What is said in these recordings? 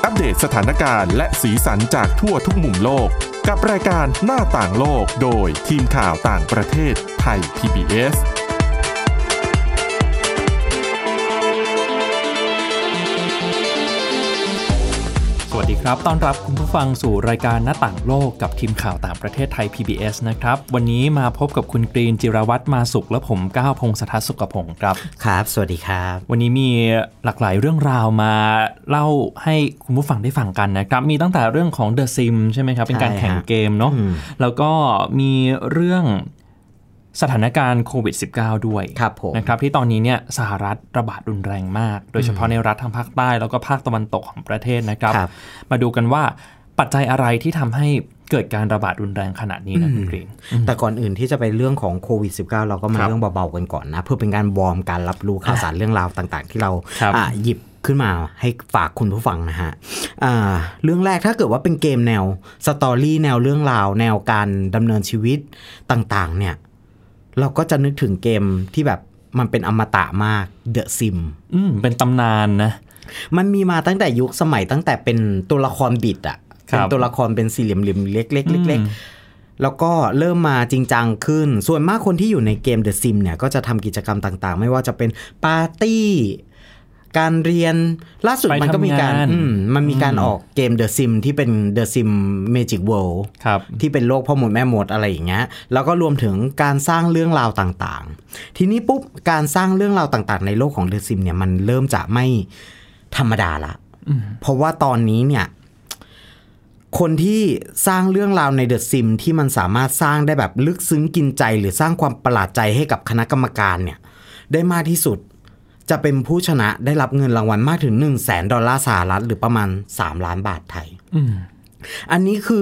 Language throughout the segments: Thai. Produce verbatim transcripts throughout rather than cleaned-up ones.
อัปเดตสถานการณ์และสีสันจากทั่วทุกมุมโลกกับรายการหน้าต่างโลกโดยทีมข่าวต่างประเทศไทย พี บี เอสสวัสดีครับต้อนรับคุณผู้ฟังสู่รายการหน้าต่างโลกกับทีมข่าวต่างประเทศไทย พี บี เอส นะครับวันนี้มาพบกับคุณกรีนจิรวัตรมาสุขและผมก้าวพงษ์สทัศน์สุขพงศ์ครับครับสวัสดีครับวันนี้มีหลากหลายเรื่องราวมาเล่าให้คุณผู้ฟังได้ฟังกันนะครับมีตั้งแต่เรื่องของ The Sims ใช่ไหมครับเป็นการแข่งเกมเนาะแล้วก็มีเรื่องสถานการณ์โควิด สิบเก้า ด้วยนะครับที่ตอนนี้เนี่ยสหรัฐระบาดรุนแรงมากโดยเฉพาะในรัฐทางภาคใต้แล้วก็ภาคตะวันตกของประเทศนะครับมาดูกันว่าปัจจัยอะไรที่ทำให้เกิดการระบาดรุนแรงขนาดนี้นะคุณกรีนแต่ก่อนอื่นที่จะไปเรื่องของโควิด สิบเก้า เราก็มาเรื่องเบาๆกันก่อนนะเพื่อเป็นการวอร์มการรับรู้ข่าวสารเรื่องราวต่างๆที่เราหยิบขึ้นมาให้ฝากคุณผู้ฟังนะฮะเรื่องแรกถ้าเกิดว่าเป็นเกมแนวสตอรี่แนวเรื่องราวแนวการดำเนินชีวิตต่างๆเนี่ยเราก็จะนึกถึงเกมที่แบบมันเป็นอมตะมาก The Sims อืมเป็นตำนานนะมันมีมาตั้งแต่ยุคสมัยตั้งแต่เป็นตัวละครบิดอ่ะเป็นตัวละครเป็นสี่เหลี่ยมๆเล็กๆเล็กๆแล้วก็เริ่มมาจริงจังขึ้นส่วนมากคนที่อยู่ในเกม The Sims เนี่ยก็จะทำกิจกรรมต่างๆไม่ว่าจะเป็นปาร์ตี้การเรียนล่าสุดมันก็มีการมันมีการออกเกม The Sims ที่เป็น The Sims Magic World ที่เป็นโลกพ่อมดแม่มดอะไรอย่างเงี้ยแล้วก็รวมถึงการสร้างเรื่องราวต่างๆทีนี้ปุ๊บการสร้างเรื่องราวต่างๆในโลกของ The Sims เนี่ยมันเริ่มจะไม่ธรรมดาละเพราะว่าตอนนี้เนี่ยคนที่สร้างเรื่องราวใน The Sims ที่มันสามารถสร้างได้แบบลึกซึ้งกินใจหรือสร้างความประหลาดใจให้กับคณะกรรมการเนี่ยได้มากที่สุดจะเป็นผู้ชนะได้รับเงินรางวัลมากถึง หนึ่งแสน ดอลลาร์สหรัฐหรือประมาณสามล้านบาทไทย อ, อันนี้คือ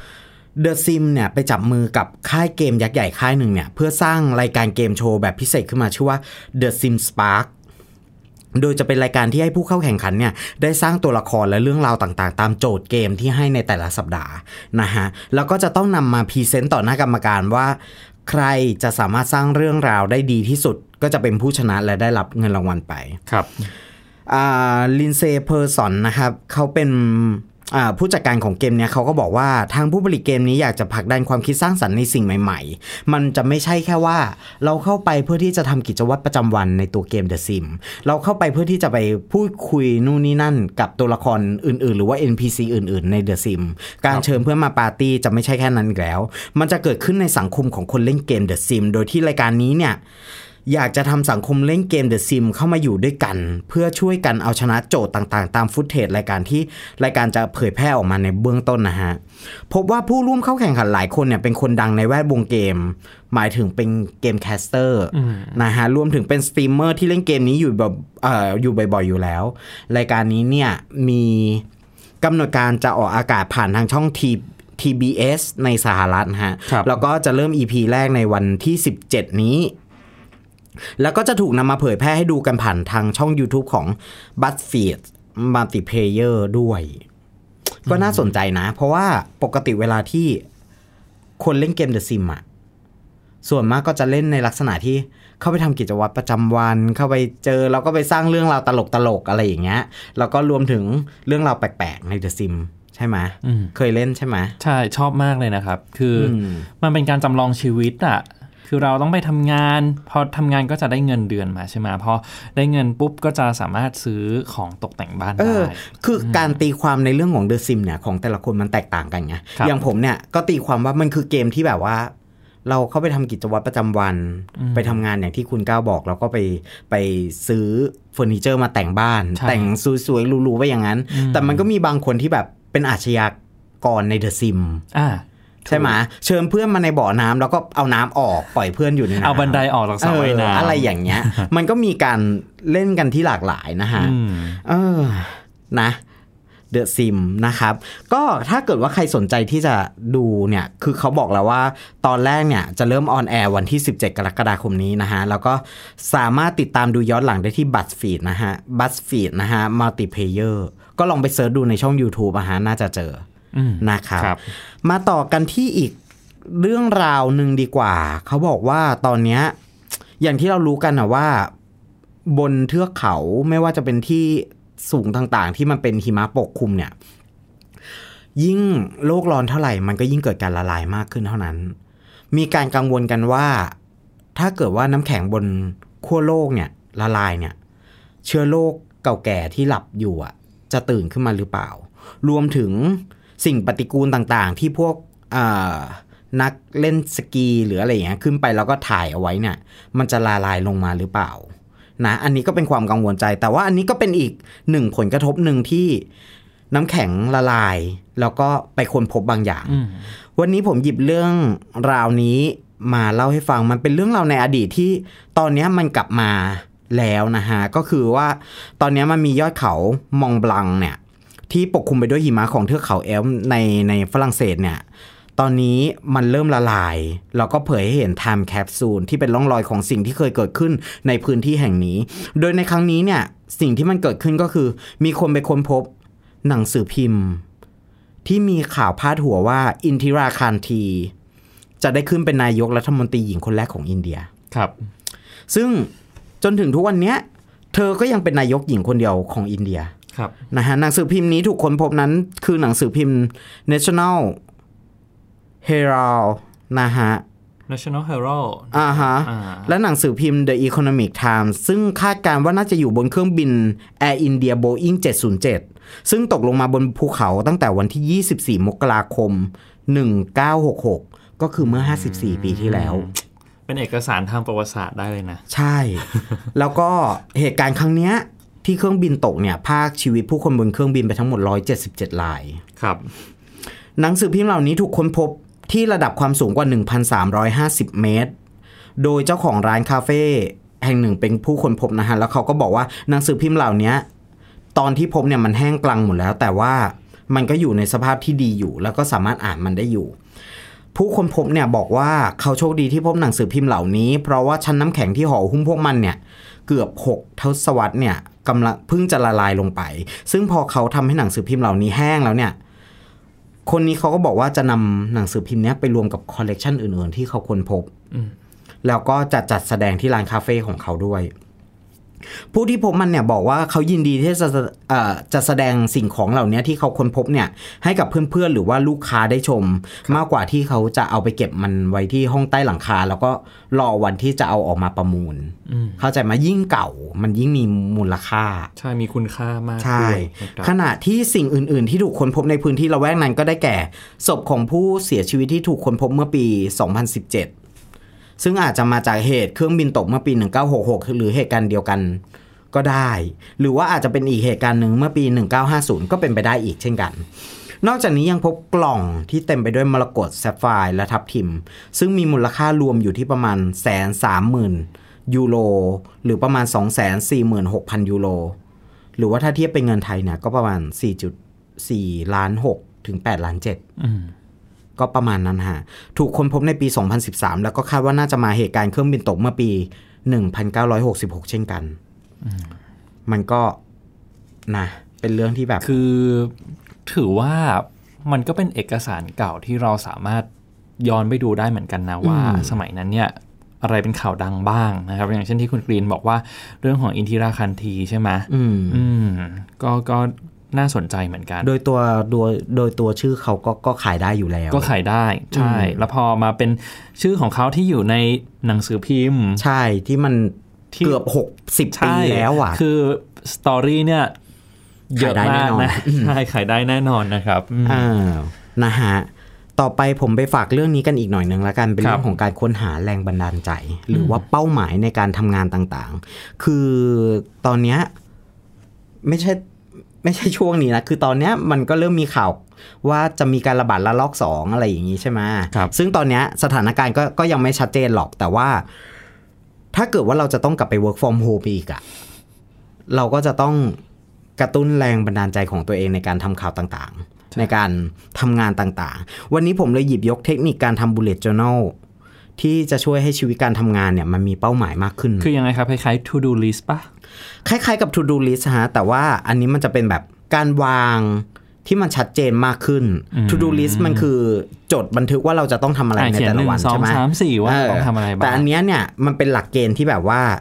The Sims เนี่ยไปจับมือกับค่ายเกมยักษ์ใหญ่ค่ายหนึ่งเนี่ยเพื่อสร้างรายการเกมโชว์แบบพิเศษขึ้นมาชื่อว่า The Sims Spark โดยจะเป็นรายการที่ให้ผู้เข้าแข่งขันเนี่ยได้สร้างตัวละครและเรื่องราวต่างๆตามโจทย์เกมที่ให้ในแต่ละสัปดาห์นะฮะแล้วก็จะต้องนำมาพรีเซนต์ต่อหน้ากรรมการว่าใครจะสามารถสร้างเรื่องราวได้ดีที่สุดก็จะเป็นผู้ชนะและได้รับเงินรางวัลไปครับอ่าลินเซย์เพอร์สันนะครับเขาเป็นอ่าผู้จัดการของเกมเนี้ยเขาก็บอกว่าทางผู้ผลิตเกมนี้อยากจะผลักดันความคิดสร้างสรรค์ในสิ่งใหม่ๆมันจะไม่ใช่แค่ว่าเราเข้าไปเพื่อที่จะทำกิจวัตรประจำวันในตัวเกม The Sims เราเข้าไปเพื่อที่จะไปพูดคุยนู่นนี่นั่นกับตัวละครอื่นๆหรือว่า เอ็น พี ซี อื่นๆใน The Sims การเชิญเพื่อนมาปาร์ตี้จะไม่ใช่แค่นั้นอีกแล้วมันจะเกิดขึ้นในสังคมของคนเล่นเกม The Sims โดยที่รายการนี้เนี่ยอยากจะทำสังคมเล่นเกม The Sims เข้ามาอยู่ด้วยกันเพื่อช่วยกันเอาชนะโจทย์ต่างๆตามฟุตเทจรายการที่รายการจะเผยแพร่ออกมาในเบื้องต้นนะฮะพบว่าผู้ร่วมเข้าแข่งขันหลายคนเนี่ยเป็นคนดังในแวดวงเกมหมายถึงเป็นเกมแคสเตอร์นะฮะรวมถึงเป็นสตรีมเมอร์ที่เล่นเกมนี้อยู่แบบเอ่ออยู่บ่อยๆอยู่แล้วรายการนี้เนี่ยมีกำหนดการจะออกอากาศผ่านทางช่องทีที บี เอส ในสหรัฐนะฮะแล้วก็จะเริ่ม อี พี แรกในวันที่สิบเจ็ดนี้แล้วก็จะถูกนำมาเผยแพร่ให้ดูกันผ่านทางช่อง YouTube ของ BuzzFeed Multiplayer ด้วยก็น่าสนใจนะเพราะว่าปกติเวลาที่คนเล่นเกม The Sims อ่ะส่วนมากก็จะเล่นในลักษณะที่เข้าไปทำกิจวัตรประจำวันเข้าไปเจอแล้วก็ไปสร้างเรื่องราวตลกๆอะไรอย่างเงี้ยแล้วก็รวมถึงเรื่องราวแปลกๆใน The Sims ใช่ไหมเคยเล่นใช่ไหมใช่ชอบมากเลยนะครับคือมันเป็นการจำลองชีวิตอ่ะคือเราต้องไปทำงานพอทำงานก็จะได้เงินเดือนมาใช่ไหมพอได้เงินปุ๊บก็จะสามารถซื้อของตกแต่งบ้านได้คือการตีความในเรื่องของ The Sims เนี่ยของแต่ละคนมันแตกต่างกันไงอย่างผมเนี่ยก็ตีความว่ามันคือเกมที่แบบว่าเราเข้าไปทำกิจวัตรประจำวันไปทำงานอย่างที่คุณก้าวบอกเราก็ไปไปซื้อเฟอร์นิเจอร์มาแต่งบ้านแต่งสวยๆหรูๆไว้อย่างนั้นแต่มันก็มีบางคนที่แบบเป็นอาชญากรใน The Sims อ่าใช่ไหมเชิญเพื่อนมาในบ่อน้ำแล้วก็เอาน้ำออกปล่อยเพื่อนอยู่ในน้ำเอาบันไดออกจากสระว่ายน้ำอะไรอย่างเงี้ย มันก็มีการเล่นกันที่หลากหลายนะฮะเออนะ The Sims นะครับก็ถ้าเกิดว่าใครสนใจที่จะดูเนี่ยคือเขาบอกแล้วว่าตอนแรกเนี่ยจะเริ่มออนแอร์วันที่สิบเจ็ดกรกฎาคมนี้นะฮะแล้วก็สามารถติดตามดูย้อนหลังได้ที่ BuzzFeed นะฮะ BuzzFeed นะฮะ Multiplayer ก็ลองไปเสิร์ชดูในช่อง YouTube อ่ะฮะน่าจะเจอนะครับมาต่อกันที่อีกเรื่องราวหนึ่งดีกว่าเขาบอกว่าตอนนี้อย่างที่เรารู้กันนะว่าบนเทือกเขาไม่ว่าจะเป็นที่สูงต่างๆที่มันเป็นหิมะปกคลุมเนี่ยยิ่งโลกร้อนเท่าไหร่มันก็ยิ่งเกิดการละลายมากขึ้นเท่านั้นมีการกังวลกันว่าถ้าเกิดว่าน้ำแข็งบนขั้วโลกเนี่ยละลายเนี่ยเชื้อโรคเก่าแก่ที่หลับอยู่อ่ะจะตื่นขึ้นมาหรือเปล่ารวมถึงสิ่งปฏิกูลต่างๆที่พวกนักเล่นสกีหรืออะไรอย่างเงี้ยขึ้นไปแล้วก็ถ่ายเอาไว้เนี่ยมันจะละลายลงมาหรือเปล่านะอันนี้ก็เป็นความกังวลใจแต่ว่าอันนี้ก็เป็นอีกหนึ่งผลกระทบหนึ่งที่น้ำแข็งละลายแล้วก็ไปค้นพบบางอย่างวันนี้ผมหยิบเรื่องราวนี้มาเล่าให้ฟังมันเป็นเรื่องราวในอดีตที่ตอนนี้มันกลับมาแล้วนะฮะก็คือว่าตอนนี้มันมียอดเขามองบลังเนี่ยที่ปกคลุมไปด้วยหิมะของเทือกเขาแอลป์ในในฝรั่งเศสเนี่ยตอนนี้มันเริ่มละลายแล้วก็เผยให้เห็นไทม์แคปซูลที่เป็นร่องรอยของสิ่งที่เคยเกิดขึ้นในพื้นที่แห่งนี้โดยในครั้งนี้เนี่ยสิ่งที่มันเกิดขึ้นก็คือมีคนไปค้นพบหนังสือพิมพ์ที่มีข่าวพาดหัวว่าอินทิราคารทีจะได้ขึ้นเป็นนายกรัฐมนตรีหญิงคนแรกของอินเดียครับซึ่งจนถึงทุกวันนี้เธอก็ยังเป็นนายกหญิงคนเดียวของอินเดียครับนะฮะหนังสือพิมพ์นี้ถูกค้นพบนั้นคือหนังสือพิมพ์ National Herald นะฮะ National Herald อ่าฮะและหนังสือพิมพ์ The Economic Times ซึ่งคาดการณ์ว่าน่าจะอยู่บนเครื่องบิน Air India Boeing เจ็ดศูนย์เจ็ดซึ่งตกลงมาบนภูเขาตั้งแต่วันที่ยี่สิบสี่มกราคมหนึ่งพันเก้าร้อยหกสิบหกก็คือเมื่อห้าสิบสี่ปีที่แล้วเป็นเอกสารทางประวัติศาสตร์ได้เลยนะใช่แล้วก็เหตุการณ์ครั้งเนี้ยที่เครื่องบินตกเนี่ยพรากชีวิตผู้คนบนเครื่องบินไปทั้งหมดหนึ่งร้อยเจ็ดสิบเจ็ดรายครับหนังสือพิมพ์เหล่านี้ถูกค้นพบที่ระดับความสูงกว่า หนึ่งพันสามร้อยห้าสิบ เมตรโดยเจ้าของร้านคาเฟ่แห่งหนึ่งเป็นผู้ค้นพบนะฮะแล้วเขาก็บอกว่าหนังสือพิมพ์เหล่านี้ตอนที่พบเนี่ยมันแห้งกรังหมดแล้วแต่ว่ามันก็อยู่ในสภาพที่ดีอยู่แล้วก็สามารถอ่านมันได้อยู่ผู้ค้นพบเนี่ยบอกว่าเขาโชคดีที่พบหนังสือพิมพ์เหล่านี้เพราะว่าชั้นน้ำแข็งที่ห่อหุ้มพวกมันเนี่ยเกือบหกทศวรรษเนี่ยกำลังเพิ่งจะละลายลงไปซึ่งพอเขาทำให้หนังสือพิมพ์เหล่านี้แห้งแล้วเนี่ยคนนี้เขาก็บอกว่าจะนำหนังสือพิมพ์นี้ไปรวมกับคอลเลกชันอื่นๆที่เขาค้นพบแล้วก็จะจัดแสดงที่ร้านคาเฟ่ของเขาด้วยผู้ที่พบมันเนี่ยบอกว่าเขายินดีที่จะเอ่อจะแสดงสิ่งของเหล่านี้ที่เขาค้นพบเนี่ยให้กับเพื่อนๆหรือว่าลูกค้าได้ชมมากกว่าที่เขาจะเอาไปเก็บมันไว้ที่ห้องใต้หลังคาแล้วก็รอวันที่จะเอาออกมาประมูลเข้าใจมายิ่งเก่ามันยิ่งมีมูลค่าใช่มีคุณค่ามากใช่ขณะที่สิ่งอื่นๆที่ถูกค้นพบในพื้นที่ละแวกนั้นก็ได้แก่ศพของผู้เสียชีวิตที่ถูกค้นพบเมื่อปีสองพันสิบเจ็ดซึ่งอาจจะมาจากเหตุเครื่องบินตกเมื่อปีหนึ่งพันเก้าร้อยหกสิบหกหรือเหตุการณ์เดียวกันก็ได้หรือว่าอาจจะเป็นอีกเหตุการณ์หนึ่งเมื่อปีหนึ่งพันเก้าร้อยห้าสิบก็เป็นไปได้อีกเช่นกันนอกจากนี้ยังพบกล่องที่เต็มไปด้วยมรกตแซฟไฟร์และทับทิมซึ่งมีมูลค่ารวมอยู่ที่ประมาณ หนึ่งแสนสามหมื่น ยูโรหรือประมาณ สองแสนสี่หมื่นหกพัน ยูโรหรือว่าถ้าเทียบเป็นเงินไทยเนี่ยก็ประมาณ สี่จุดสี่ล้านหกถึงแปดล้านเจ็ดก็ประมาณนั้นฮะถูกค้นพบในปีสองพันสิบสามแล้วก็คาดว่าน่าจะมาเหตุการณ์เครื่องบินตกเมื่อปีหนึ่งพันเก้าร้อยหกสิบหกเช่นกันมันก็นะเป็นเรื่องที่แบบคือถือว่ามันก็เป็นเอกสารเก่าที่เราสามารถย้อนไปดูได้เหมือนกันนะว่าสมัยนั้นเนี่ยอะไรเป็นข่าวดังบ้างนะครับอย่างเช่นที่คุณกรีนบอกว่าเรื่องของอินทิราคันธีใช่ไหมอืมอืมก็ก็น่าสนใจเหมือนกันโดยตัวโดยโดยตัวชื่อเขาก็ก็ขายได้อยู่แล้วก็ขายได้ใช่แล้วพอมาเป็นชื่อของเขาที่อยู่ในหนังสือพิมพ์ใช่ที่มันเกือบหกสิบปีแล้วอ่ะคือสตอรี่เนี่ยเยอะมากนะใช่ขายได้แน่นอนนะครับอ่านะฮะต่อไปผมไปฝากเรื่องนี้กันอีกหน่อยนึงละกันเป็นเรื่องของการค้นหาแรงบันดาลใจหรือว่าเป้าหมายในการทำงานต่างๆคือตอนเนี้ยไม่ใช่ไม่ใช่ช่วงนี้นะคือตอนเนี้ยมันก็เริ่มมีข่าวว่าจะมีการระบาดระลอกสองอะไรอย่างนี้ใช่ไหมซึ่งตอนเนี้ยสถานการณ์ก็ก็ยังไม่ชัดเจนหรอกแต่ว่าถ้าเกิดว่าเราจะต้องกลับไป work from home อีกอะเราก็จะต้องกระตุ้นแรงบันดาลใจของตัวเองในการทำข่าวต่างๆในการทำงานต่างๆวันนี้ผมเลยหยิบยกเทคนิคการทำ bullet journal ที่จะช่วยให้ชีวิตการทำงานเนี่ยมันมีเป้าหมายมากขึ้นคือยังไงครับคล้ายๆ to do list ป่ะคล้ายๆกับ to do list ฮะแต่ว่าอันนี้มันจะเป็นแบบการวางที่มันชัดเจนมากขึ้น to do list มันคือจดบันทึกว่าเราจะต้องทำอะไรในแต่ละวันใช่ไหมสอง สาม สี่ว่าต้องทำอะไรบ้างแต่อันนี้เนี่ยมันเป็นหลักเกณฑ์ที่แบบว่า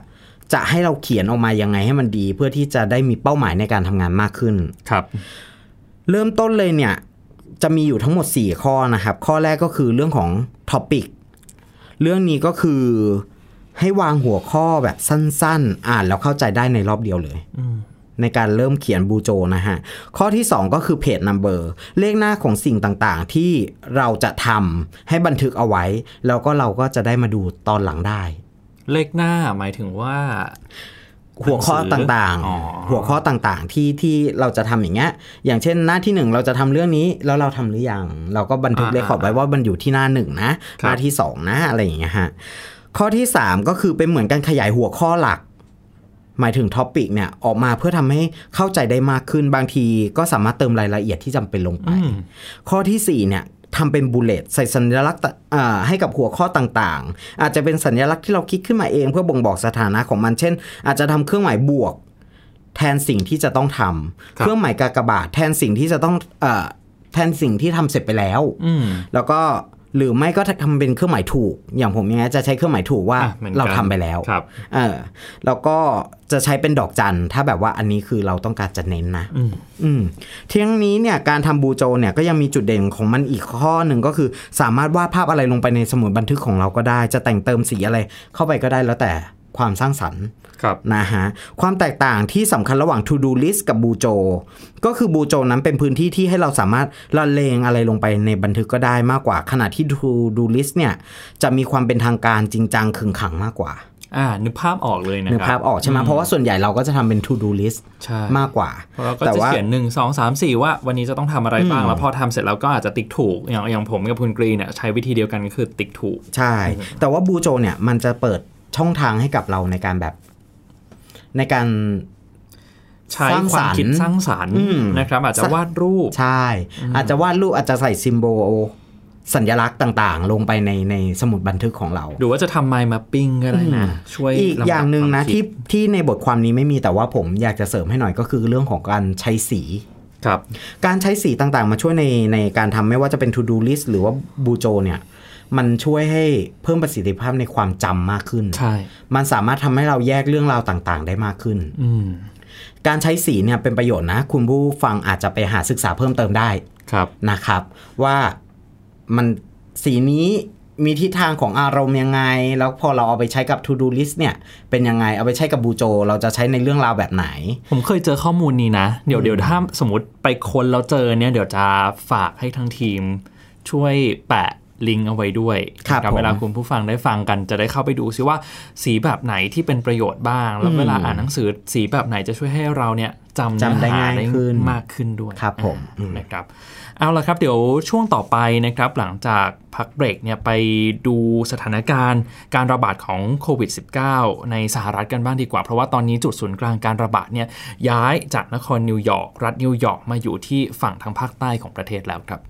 จะให้เราเขียนออกมายังไงให้มันดีเพื่อที่จะได้มีเป้าหมายในการทำงานมากขึ้นครับเริ่มต้นเลยเนี่ยจะมีอยู่ทั้งหมดสี่ข้อนะครับข้อแรกก็คือเรื่องของท็อปิกเรื่องนี้ก็คือให้วางหัวข้อแบบสั้นๆอ่านแล้วเข้าใจได้ในรอบเดียวเลยในการเริ่มเขียนบูโจนะฮะข้อที่สองก็คือเพจนัมเบอร์เลขหน้าของสิ่งต่างๆที่เราจะทำให้บันทึกเอาไว้แล้วก็เราก็จะได้มาดูตอนหลังได้เลขหน้าหมายถึงว่าหัวข้อต่างๆหัวข้อต่างๆที่ที่เราจะทำอย่างเงี้ยอย่างเช่นหน้าที่หนึ่งเราจะทำเรื่องนี้แล้วเราทำหรือยังเราก็บันทึกเรคคอร์ดไว้ว่ามันอยู่ที่หน้าหนึ่งนะหน้าที่สองนะอะไรอย่างเงี้ยฮะข้อที่สามก็คือเป็นเหมือนการขยายหัวข้อหลักหมายถึงท็อปิกเนี่ยออกมาเพื่อทำให้เข้าใจได้มากขึ้นบางทีก็สามารถเติมรายละเอียดที่จำเป็นลงไปข้อที่สี่เนี่ยทำเป็นบูลเลตใส่สัญลักษณ์ให้กับหัวข้อต่างๆอาจจะเป็นสัญลักษณ์ที่เราคิดขึ้นมาเองเพื่อบ่งบอกสถานะของมันเช่นอาจจะทำเครื่องหมายบวกแทนสิ่งที่จะต้องทำเครื่องหมายกากบาทแทนสิ่งที่จะต้องเอ่อแทนสิ่งที่ทำเสร็จไปแล้วแล้วก็หรือไม่ก็ทำเป็นเครื่องหมายถูกอย่างผมอย่างนี้จะใช้เครื่องหมายถูกว่าเราทำไปแล้วเออแล้วก็จะใช้เป็นดอกจันถ้าแบบว่าอันนี้คือเราต้องการจะเน้นนะอืมเที่ยงนี้เนี่ยการทำบูโจเนี่ยก็ยังมีจุดเด่นของมันอีกข้อหนึ่งก็คือสามารถวาดภาพอะไรลงไปในสมุดบันทึกของเราก็ได้จะแต่งเติมสีอะไรเข้าไปก็ได้แล้วแต่ความสร้างสรรค์นะฮะความแตกต่างที่สำคัญระหว่าง to do list กับบูโจก็คือบูโจนั้นเป็นพื้นที่ที่ให้เราสามารถละเลงอะไรลงไปในบันทึกก็ได้มากกว่าขณะที่ to do list เนี่ยจะมีความเป็นทางการจริงจังขึงขังมากกว่าอ่านึกภาพออกเลยนะครับนึกภาพออกใช่ไหมเพราะว่าส่วนใหญ่เราก็จะทำเป็น to do list มากกว่าเราก็จะเขียนหนึ่ง สอง สาม สี่ว่าวันนี้จะต้องทำอะไรบ้างแล้วพอทำเสร็จแล้วก็อาจจะติ๊กถูกอย่างอย่างผมกับคุณกรีนเนี่ยใช้วิธีเดียวกันก็คือติ๊กถูกใช่แต่ว่าบูโจเนี่ยมันจะเปิดช่องทางให้กับเราในการแบบในการใช้ความคิดสร้างสรรค์นะครับอาจจะวาดรูปใช่อาจจะวาดรูปอาจจะใส่ซิมโบลสัญลักษณ์ต่างๆลงไปในในสมุดบันทึกของเราหรือว่าจะทำ mind mapping ก็ได้นะช่วยอีกอย่างนึงนะที่ที่ในบทความนี้ไม่มีแต่ว่าผมอยากจะเสริมให้หน่อยก็คือเรื่องของการใช้สีครับการใช้สีต่างๆมาช่วยในในการทำไม่ว่าจะเป็น to do list หรือว่าบูโจเนี่ยมันช่วยให้เพิ่มประสิทธิภาพในความจำมากขึ้นใช่มันสามารถทำให้เราแยกเรื่องราวต่างๆได้มากขึ้นการใช้สีเนี่ยเป็นประโยชน์นะคุณผู้ฟังอาจจะไปหาศึกษาเพิ่มเติมได้นะครับว่ามันสีนี้มีทิศทางของอารมณ์ยังไงแล้วพอเราเอาไปใช้กับ to do list เนี่ยเป็นยังไงเอาไปใช้กับบูโจเราจะใช้ในเรื่องราวแบบไหนผมเคยเจอข้อมูลนี้นะเดี๋ยวเดี๋ยวถ้าสมมติไปค้นแล้วเจอเนี่ยเดี๋ยวจะฝากให้ทั้งทีมช่วยแปะลิงก์เอาไว้ด้วยเวลาคุณผู้ฟังได้ฟังกันจะได้เข้าไปดูซิว่าสีแบบไหนที่เป็นประโยชน์บ้างแล้วเวลาอ่านหนังสือสีแบบไหนจะช่วยให้เราเนี่ยจำจำได้ง่ายขึ้นมากขึ้นด้วยครับผมนะครับเอาละครับเดี๋ยวช่วงต่อไปนะครับหลังจากพักเบรกเนี่ยไปดูสถานการณ์การระบาดของโควิด สิบเก้า ในสหรัฐกันบ้างดีกว่าเพราะว่าตอนนี้จุดศูนย์กลางการระบาดเนี่ยย้ายจากนครนิวยอร์กรัฐนิวยอร์กมาอยู่ที่ฝั่งทางภาคใต้ของประเทศแล้วครับ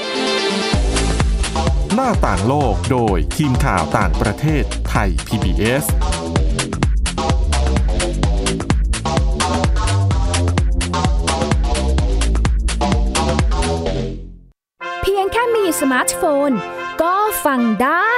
หน้าต่างโลกโดยทีมข่าวต่างประเทศไทย พี บี เอสเพียงแค่มีสมาร์ทโฟนก็ฟังได้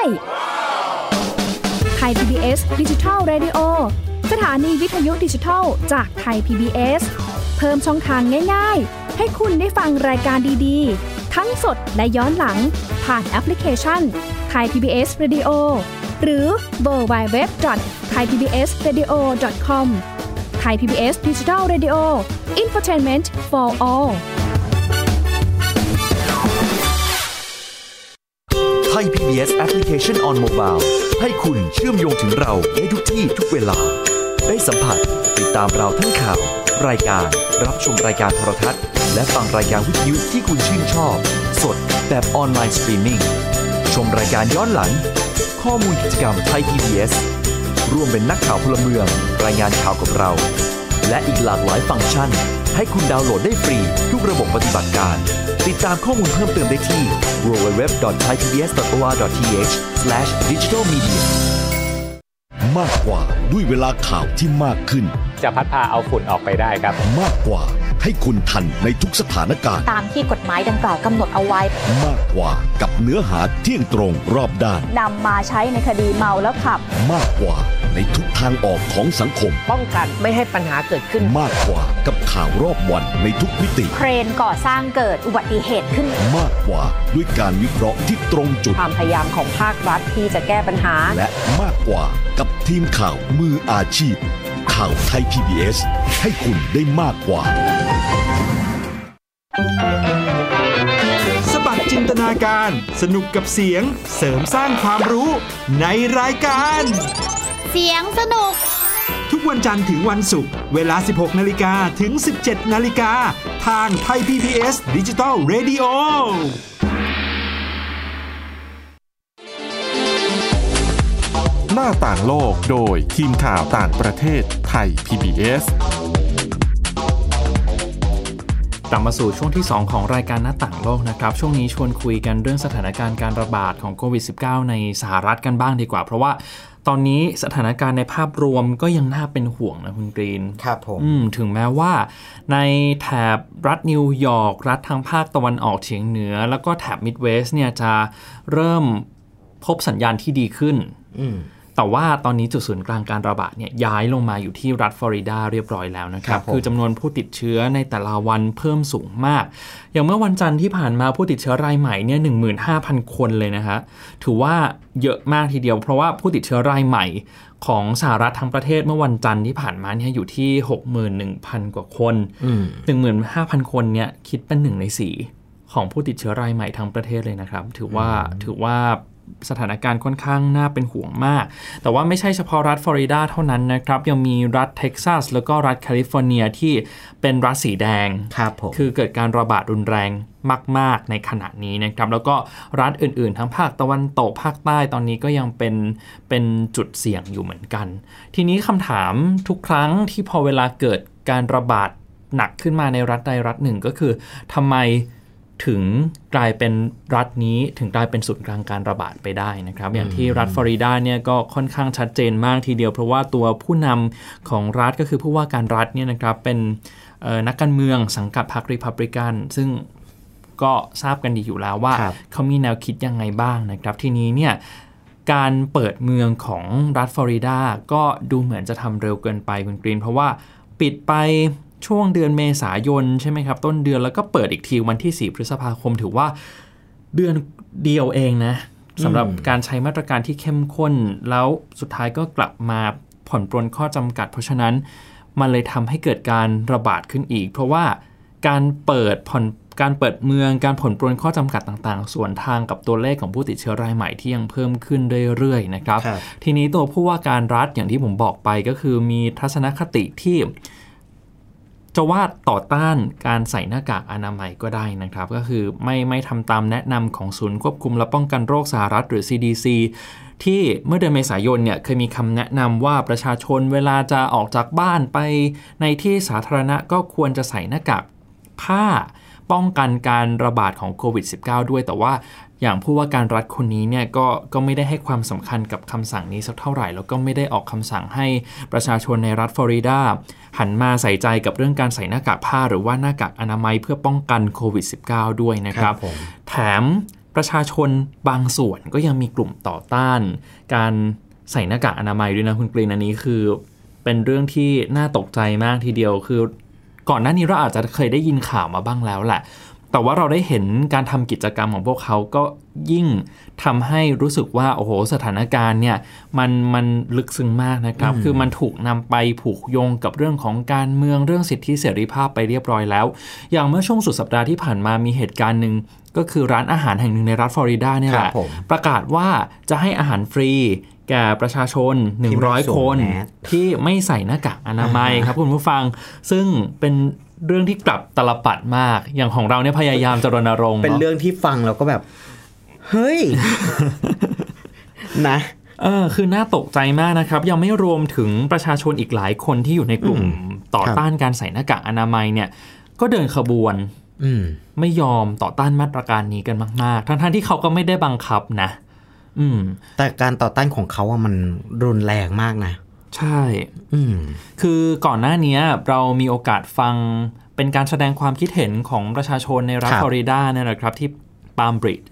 ไทย พี บี เอส Digital Radio สถานีวิทยุดิจิทัลจากไทย พี บี เอส เพิ่มช่องทางง่ายๆให้คุณได้ฟังรายการดีๆทั้งสดและย้อนหลังผ่านแอปพลิเคชัน Thai พี บี เอส Radio หรือ ดับเบิลยู ดับเบิลยู ดับเบิลยู ดอท ไทยพีบีเอสเรดิโอ ดอท คอม Thai พี บี เอส Digital Radio Infotainment for all Thai พี บี เอส Application on Mobile ให้คุณเชื่อมโยงถึงเราได้ทุกที่ทุกเวลาได้สัมผัสติดตามเราทั้งข่าวรายการรับชมรายการโทรทัศน์และฟังรายการวิทยุที่คุณชื่นชอบสดแบบออนไลน์สตรีมมิ่งชมรายการย้อนหลังข้อมูลกิจกรรมไทย พี บี เอส ร่วมเป็นนักข่าวพลเมืองรายงานข่าวกับเราและอีกหลากหลายฟังก์ชันให้คุณดาวน์โหลดได้ฟรีทุกระบบปฏิบัติการติดตามข้อมูลเพิ่มเติมได้ที่ ดับเบิลยู ดับเบิลยู ดับเบิลยู ดอท ไทยพีบีเอส ดอท โอ อาร์ ดอท ที เอช สแลช ดิจิทัลมีเดียมากกว่าด้วยเวลาข่าวที่มากขึ้นจะพัดพาเอาฝุ่นออกไปได้ครับมากกว่าให้คุณทันในทุกสถานการณ์ตามที่กฎหมายดังกล่าวกำหนดเอาไว้มากกว่ากับเนื้อหาเที่ยงตรงรอบด้านนำมาใช้ในคดีเมาแล้วขับมากกว่าในทุกทางออกของสังคมป้องกันไม่ให้ปัญหาเกิดขึ้นมากกว่ากับข่าวรอบวันในทุกมิติเครนก่อสร้างเกิดอุบัติเหตุขึ้นมากกว่าด้วยการวิเคราะห์ที่ตรงจุดความพยายามของภาครัฐที่จะแก้ปัญหาและมากกว่ากับทีมข่าวมืออาชีพข่าวไทย พี บี เอส ให้คุณได้มากกว่าสบัดจินตนาการสนุกกับเสียงเสริมสร้างความรู้ในรายการเสียงสนุกทุกวันจันทร์ถึงวันศุกร์เวลา สิบหกนาฬิกา ถึง สิบเจ็ดนาฬิกา ทางไทย พี บี เอส Digital Radio หน้าต่างโลกโดยทีมข่าวต่างประเทศไทย พี บี เอสกลับมาสู่ช่วงที่สองของรายการหน้าต่างโลกนะครับช่วงนี้ชวนคุยกันเรื่องสถานการณ์การระบาดของโควิด สิบเก้า ในสหรัฐกันบ้างดีกว่าเพราะว่าตอนนี้สถานการณ์ในภาพรวมก็ยังน่าเป็นห่วงนะคุณกรีนครับผมถึงแม้ว่าในแถบรัฐนิวยอร์กรัฐทางภาคตะวันออกเฉียงเหนือแล้วก็แถบมิดเวสต์เนี่ยจะเริ่มพบสัญญาณที่ดีขึ้นแต่ว่าตอนนี้จุดศูนย์กลางการระบาดเนี่ยย้ายลงมาอยู่ที่รัฐฟลอริดาเรียบร้อยแล้วนะครับคือจำนวนผู้ติดเชื้อในแต่ละวันเพิ่มสูงมากอย่างเมื่อวันจันทร์ที่ผ่านมาผู้ติดเชื้อรายใหม่เนี่ย หนึ่งหมื่นห้าพัน คนเลยนะฮะถือว่าเยอะมากทีเดียวเพราะว่าผู้ติดเชื้อรายใหม่ของสหรัฐทั้งประเทศเมื่อวันจันทร์ที่ผ่านมาเนี่ยอยู่ที่ หกหมื่นหนึ่งพัน กว่าคน หนึ่งหมื่นห้าพัน คนเนี่ยคิดเป็นหนึ่งในสี่ของผู้ติดเชื้อรายใหม่ทั้งประเทศเลยนะครับถือว่าถือว่าสถานการณ์ค่อนข้างน่าเป็นห่วงมากแต่ว่าไม่ใช่เฉพาะรัฐฟลอริดาเท่านั้นนะครับยังมีรัฐเท็กซัสแล้วก็รัฐแคลิฟอร์เนียที่เป็นรัฐสีแดงครับผมคือเกิดการระบาดรุนแรงมากๆในขณะนี้นะครับแล้วก็รัฐอื่นๆทั้งภาคตะวันตกภาคใต้ตอนนี้ก็ยังเป็นเป็นจุดเสี่ยงอยู่เหมือนกันทีนี้คำถามทุกครั้งที่พอเวลาเกิดการระบาดหนักขึ้นมาในรัฐใดรัฐหนึ่งก็คือทำไมถึงกลายเป็นรัฐนี้ถึงกลายเป็นศูนย์กลางการระบาดไปได้นะครับอย่างที่รัฐฟลอริดาเนี่ยก็ค่อนข้างชัดเจนมากทีเดียวเพราะว่าตัวผู้นำของรัฐก็คือผู้ว่าการรัฐเนี่ยนะครับเป็นนักการเมืองสังกัดพรรครีพับลิกันซึ่งก็ทราบกันดีอยู่แล้วว่าเขามีแนวคิดยังไงบ้างนะครับทีนี้เนี่ยการเปิดเมืองของรัฐฟลอริดาก็ดูเหมือนจะทำเร็วเกินไปคุณกรีนเพราะว่าปิดไปช่วงเดือนเมษายนใช่ไหมครับต้นเดือนแล้วก็เปิดอีกทีวันที่สี่พฤษภาคมถือว่าเดือนเดียวเองนะสำหรับการใช้มาตรการที่เข้มข้นแล้วสุดท้ายก็กลับมาผ่อนปรนข้อจำกัดเพราะฉะนั้นมันเลยทำให้เกิดการระบาดขึ้นอีกเพราะว่าการเปิดผ่อนการเปิดเมืองการผ่อนปรนข้อจำกัดต่างๆส่วนทางกับตัวเลขของผู้ติดเชื้อรายใหม่ที่ยังเพิ่มขึ้นเรื่อยๆนะครับทีนี้ตัวผู้ว่าการรัฐอย่างที่ผมบอกไปก็คือมีทัศนคติที่จะว่าต่อต้านการใส่หน้ากากอนามัยก็ได้นะครับก็คือไม่ไม่ทำตามแนะนำของศูนย์ควบคุมและป้องกันโรคสหรัฐหรือ ซี ดี ซี ที่เมื่อเดือนเมษายนเนี่ยเคยมีคำแนะนำว่าประชาชนเวลาจะออกจากบ้านไปในที่สาธารณะก็ควรจะใส่หน้ากากผ้าป้องกันการระบาดของโควิด สิบเก้า ด้วยแต่ว่าอย่างผู้ว่าการรัฐคนนี้เนี่ยก็ก็ไม่ได้ให้ความสำคัญกับคำสั่งนี้สักเท่าไหร่แล้วก็ไม่ได้ออกคำสั่งให้ประชาชนในรัฐฟลอริดาหันมาใส่ใจกับเรื่องการใส่หน้ากากผ้าหรือว่าหน้ากากอนามัยเพื่อป้องกันโควิด สิบเก้า ด้วยนะครับแถมประชาชนบางส่วนก็ยังมีกลุ่มต่อต้านการใส่หน้ากากอนามัยด้วยนะคุณกรีนอันนี้คือเป็นเรื่องที่น่าตกใจมากทีเดียวคือก่อนหน้านี้เราอาจจะเคยได้ยินข่าวมาบ้างแล้วแหละแต่ว่าเราได้เห็นการทำกิจกรรมของพวกเขาก็ยิ่งทำให้รู้สึกว่าโอ้โหสถานการณ์เนี่ยมันมันลึกซึ้งมากนะครับคือมันถูกนำไปผูกโยงกับเรื่องของการเมืองเรื่องสิทธิเสรีภาพไปเรียบร้อยแล้วอย่างเมื่อช่วงสุดสัปดาห์ที่ผ่านมามีเหตุการณ์หนึ่งก็คือร้านอาหารแห่งหนึ่งในรัฐฟลอริดาเนี่ยแหละประกาศว่าจะให้อาหารฟรีแก่ประชาชนหนึ่งร้อยคนที่ไม่ใส่หน้ากากอนามัยครับคุณผู้ฟังซึ่งเป็นเรื่องที่กลับตลปัดมากอย่างของเราเนี่ยพยายามจะรณรงค์เป็นเรื่องที่ฟังแล้วก็แบบเฮ้ย นะเออคือน่าตกใจมากนะครับยังไม่รวมถึงประชาชนอีกหลายคนที่อยู่ในกลุ่มต่อต้านการใส่หน้ากากอนามัยเนี่ยก็เดินขบวนไม่ยอมต่อต้านมาตรการนี้กันมากๆทั้งๆที่เขาก็ไม่ได้บังคับนะอืมแต่การต่อต้านของเขาอะมันรุนแรงมากนะใช่อืมคือก่อนหน้านี้เรามีโอกาสฟังเป็นการแสดงความคิดเห็นของประชาชนในรัฐฟลอริดาเนี่ยแหละครับที่ปาล์มบริดจ์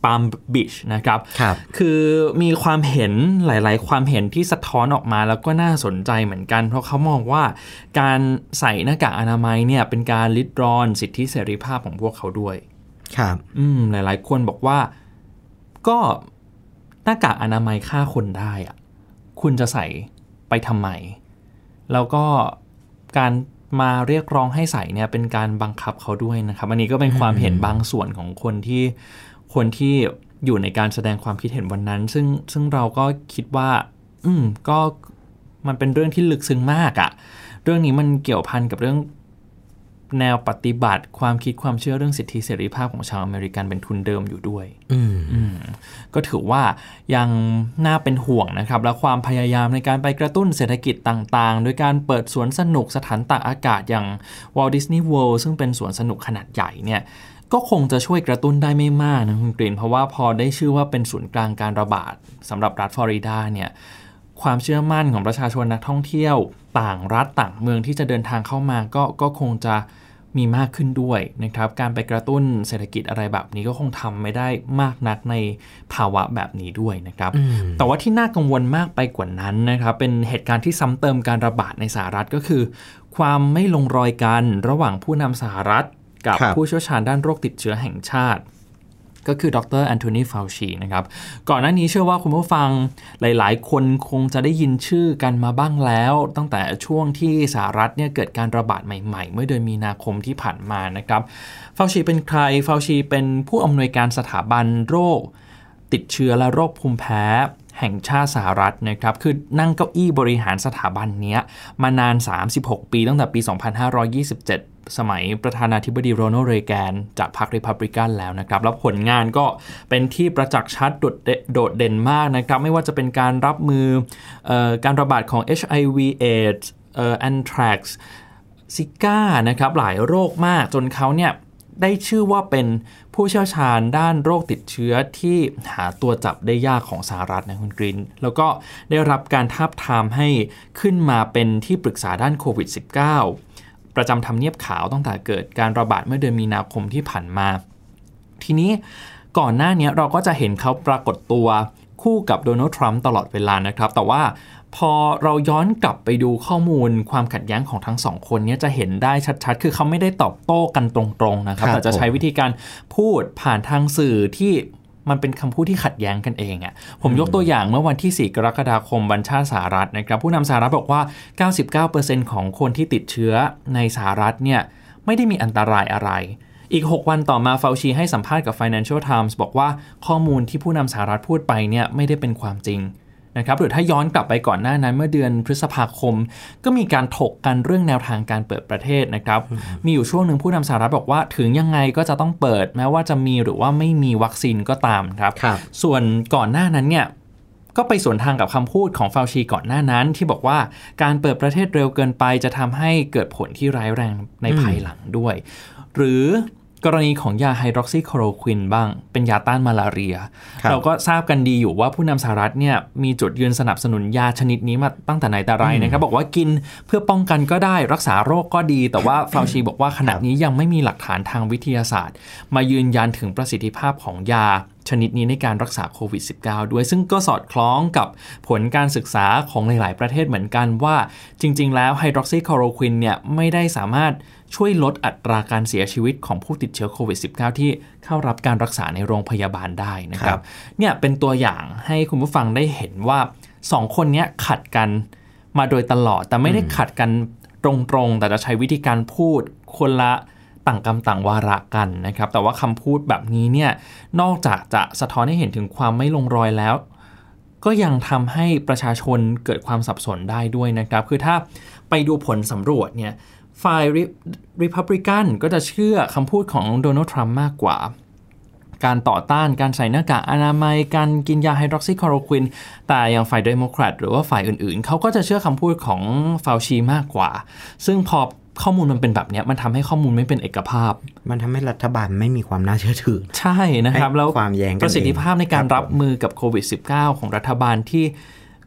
ปาล์มบีชนะครับครับคือมีความเห็นหลายๆความเห็นที่สะท้อนออกมาแล้วก็น่าสนใจเหมือนกันเพราะเขามองว่าการใส่หน้ากากอนามัยเนี่ยเป็นการลิดรอนสิทธิเสรีภาพของพวกเขาด้วยครับอืมหลายๆคนบอกว่าก็หน้ากากอนามัยฆ่าคนได้อะคุณจะใส่ไปทำไมแล้วก็การมาเรียกร้องให้ใส่เนี่ยเป็นการบังคับเขาด้วยนะครับอันนี้ก็เป็นความเห็นบางส่วนของคนที่คนที่อยู่ในการแสดงความคิดเห็นวันนั้นซึ่งซึ่งเราก็คิดว่าอืมก็มันเป็นเรื่องที่ลึกซึ้งมากอะเรื่องนี้มันเกี่ยวพันกับเรื่องแนวปฏิบัติความคิดความเชื่อเรื่องสิทธิเสรีภาพของชาวอเมริกันเป็นทุนเดิมอยู่ด้วยอืมอืมก็ถือว่ายังน่าเป็นห่วงนะครับและความพยายามในการไปกระตุ้นเศรษฐกิจต่างๆโดยการเปิดสวนสนุกสถานตากอากาศอย่าง Walt Disney World ซึ่งเป็นสวนสนุกขนาดใหญ่เนี่ยก็คงจะช่วยกระตุ้นได้ไม่มากนะคุณกรีนเพราะว่าพอได้ชื่อว่าเป็นศูนย์กลางการระบาดสำหรับรัฐฟลอริดาเนี่ยความเชื่อมั่นของประชาชนนักท่องเที่ยวต่างรัฐต่างเมืองที่จะเดินทางเข้ามาก็ก็คงจะมีมากขึ้นด้วยนะครับการไปกระตุ้นเศรษฐกิจอะไรแบบนี้ก็คงทำไม่ได้มากนักในภาวะแบบนี้ด้วยนะครับแต่ว่าที่น่ากังวลมากไปกว่านั้นนะครับเป็นเหตุการณ์ที่ซ้ำเติมการระบาดในสหรัฐก็คือความไม่ลงรอยกันระหว่างผู้นำสหรัฐกับผู้เชี่ยวชาญด้านโรคติดเชื้อแห่งชาติก็คือดรแอนโทนี ฟาวชีนะครับก่อนหน้านี้เชื่อว่าคุณผู้ฟังหลายๆคนคงจะได้ยินชื่อกันมาบ้างแล้วตั้งแต่ช่วงที่สหรัฐเนี่ยเกิดการระบาดใหม่ๆเมื่อเดือนมีนาคมที่ผ่านมานะครับฟาวชีเป็นใครฟาวชีเป็นผู้อำนวยการสถาบันโรคติดเชื้อและโรคภูมิแพ้แห่งชาติสหรัฐนะครับคือนั่งเก้าอี้บริหารสถาบันนี้มานานสามสิบหกปีตั้งแต่ปีสองพันห้าร้อยยี่สิบเจ็ดสมัยประธานาธิบดีโรนัลด์ เรแกนจากพรรครีพับลิกันแล้วนะครับแล้วผลงานก็เป็นที่ประจักษ์ชัดโดดเด่นมากนะครับไม่ว่าจะเป็นการรับมือเอ่อการระบาดของ เอช ไอ วี เอดส์ เอ่อ แอนทรักซ์ ซิก้านะครับหลายโรคมากจนเขาเนี่ยได้ชื่อว่าเป็นผู้เชี่ยวชาญด้านโรคติดเชื้อที่หาตัวจับได้ยากของสหรัฐนะคุณกรีนแล้วก็ได้รับการทาบทามให้ขึ้นมาเป็นที่ปรึกษาด้านโควิด สิบเก้า ประจำทำเนียบขาวตั้งแต่เกิดการระบาดเมื่อเดือนมีนาคมที่ผ่านมาทีนี้ก่อนหน้านี้เราก็จะเห็นเขาปรากฏตัวคู่กับโดนัลด์ทรัมป์ตลอดเวลานะครับแต่ว่าพอเราย้อนกลับไปดูข้อมูลความขัดแย้งของทั้งสองคนนี้จะเห็นได้ชัดๆคือเขาไม่ได้ตอบโต้กันตรงๆนะครับแต่จะใช้วิธีการพูดผ่านทางสื่อที่มันเป็นคำพูดที่ขัดแย้งกันเองอ่ะผมยกตัวอย่างเมื่อวันที่สี่กรกฎาคมวันชาติสหรัฐนะครับผู้นำสหรัฐบอกว่า เก้าสิบเก้าเปอร์เซ็นต์ ของคนที่ติดเชื้อในสหรัฐเนี่ยไม่ได้มีอันตรายอะไรอีกหกวันต่อมาฟาวชีให้สัมภาษณ์กับ Financial Times บอกว่าข้อมูลที่ผู้นำสหรัฐพูดไปเนี่ยไม่ได้เป็นความจริงนะครับหรือถ้าย้อนกลับไปก่อนหน้านั้นเมื่อเดือนพฤษภาคมก็มีการถกกันเรื่องแนวทางการเปิดประเทศนะครับมีอยู่ช่วงหนึ่งผู้นำสหรัฐบอกว่าถึงยังไงก็จะต้องเปิดแม้ว่าจะมีหรือว่าไม่มีวัคซีนก็ตามครับส่วนก่อนหน้านั้นเนี่ยก็ไปสวนทางกับคำพูดของฟาวชีก่อนหน้านั้นที่บอกว่าการเปิดประเทศเร็วเกินไปจะทำให้เกิดผลที่ร้ายแรงในภายหลังด้วยหรือกรณีของยาไฮดรอกซีคลอโรควินบ้างเป็นยาต้านมาลาเรียเราก็ทราบกันดีอยู่ว่าผู้นำสหรัฐเนี่ยมีจุดยืนสนับสนุนยาชนิดนี้มาตั้งแต่ไหนแต่ไรนะครับบอกว่ากินเพื่อป้องกันก็ได้รักษาโรคก็ดีแต่ว่าฟาวชีบอกว่าขณะนี้ยังไม่มีหลักฐานทางวิทยาศาสตร์มายืนยันถึงประสิทธิภาพของยาชนิดนี้ในการรักษาโควิด สิบเก้า ด้วยซึ่งก็สอดคล้องกับผลการศึกษาของหลายๆประเทศเหมือนกันว่าจริงๆแล้วไฮดรอกซีคลอโรควินเนี่ยไม่ได้สามารถช่วยลดอัตราการเสียชีวิตของผู้ติดเชื้อโควิด สิบเก้า ที่เข้ารับการรักษาในโรงพยาบาลได้นะครับเนี่ยเป็นตัวอย่างให้คุณผู้ฟังได้เห็นว่าสองคนนี้ขัดกันมาโดยตลอดแต่ไม่ได้ขัดกันตรงๆแต่จะใช้วิธีการพูดคนละต่างกรรมต่างวาระกันนะครับแต่ว่าคำพูดแบบนี้เนี่ยนอกจากจะสะท้อนให้เห็นถึงความไม่ลงรอยแล้วก็ยังทำให้ประชาชนเกิดความสับสนได้ด้วยนะครับคือถ้าไปดูผลสำรวจเนี่ยฝ่าย Republican ก็จะเชื่อคำพูดของโดนัลด์ทรัมป์มากกว่าการต่อต้านการใส่หน้ากากอนามัยการกินยาไฮดรอกซีคลอโรควินแต่อย่างฝ่ายเดโมแครตหรือว่าฝ่ายอื่นๆเขาก็จะเชื่อคำพูดของฟาวชีมากกว่าซึ่งพอข้อมูลมันเป็นแบบนี้มันทำให้ข้อมูลไม่เป็นเอกภาพมันทำให้รัฐบาลไม่มีความน่าเชื่อถือใช่นะครับแล้วความแย้งกันประสิทธิภาพในการรับมือกับโควิด สิบเก้า ของรัฐบาลที่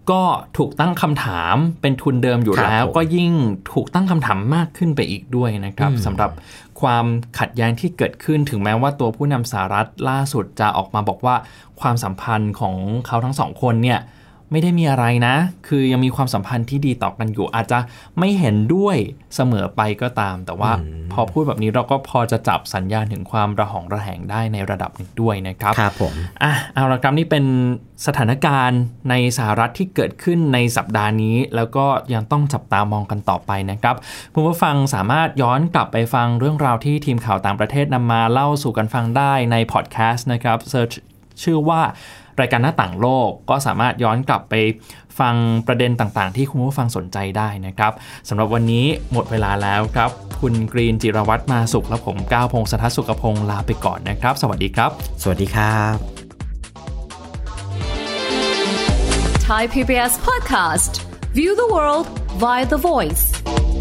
ก็ถูกตั้งคำถามเป็นทุนเดิมอยู่แล้วก็ยิ่งถูกตั้งคำถามมากขึ้นไปอีกด้วยนะครับสำหรับความขัดแย้งที่เกิดขึ้นถึงแม้ว่าตัวผู้นำสหรัฐล่าสุดจะออกมาบอกว่าความสัมพันธ์ของเขาทั้งสองคนเนี่ยไม่ได้มีอะไรนะคือยังมีความสัมพันธ์ที่ดีต่อกันอยู่อาจจะไม่เห็นด้วยเสมอไปก็ตามแต่ว่าพอพูดแบบนี้เราก็พอจะจับสัญญาณถึงความระหองระแหงได้ในระดับหนึ่งด้วยนะครับครับผมอ่ะเอาละครับนี่เป็นสถานการณ์ในสหรัฐที่เกิดขึ้นในสัปดาห์นี้แล้วก็ยังต้องจับตามองกันต่อไปนะครับคุณผู้ฟังสามารถย้อนกลับไปฟังเรื่องราวที่ทีมข่าวต่างประเทศนำมาเล่าสู่กันฟังได้ในพอดแคสต์นะครับเซิร์ชชื่อว่ารายการหน้าต่างโลกก็สามารถย้อนกลับไปฟังประเด็นต่างๆที่คุณผู้ฟังสนใจได้นะครับสำหรับวันนี้หมดเวลาแล้วครับคุณกรีนจิรวัฒน์มาสุขและผมก้าวพงษ์สทัศน์สุขพงษ์ลาไปก่อนนะครับสวัสดีครับสวัสดีครับ Thai พี บี เอส Podcast View the world via the voice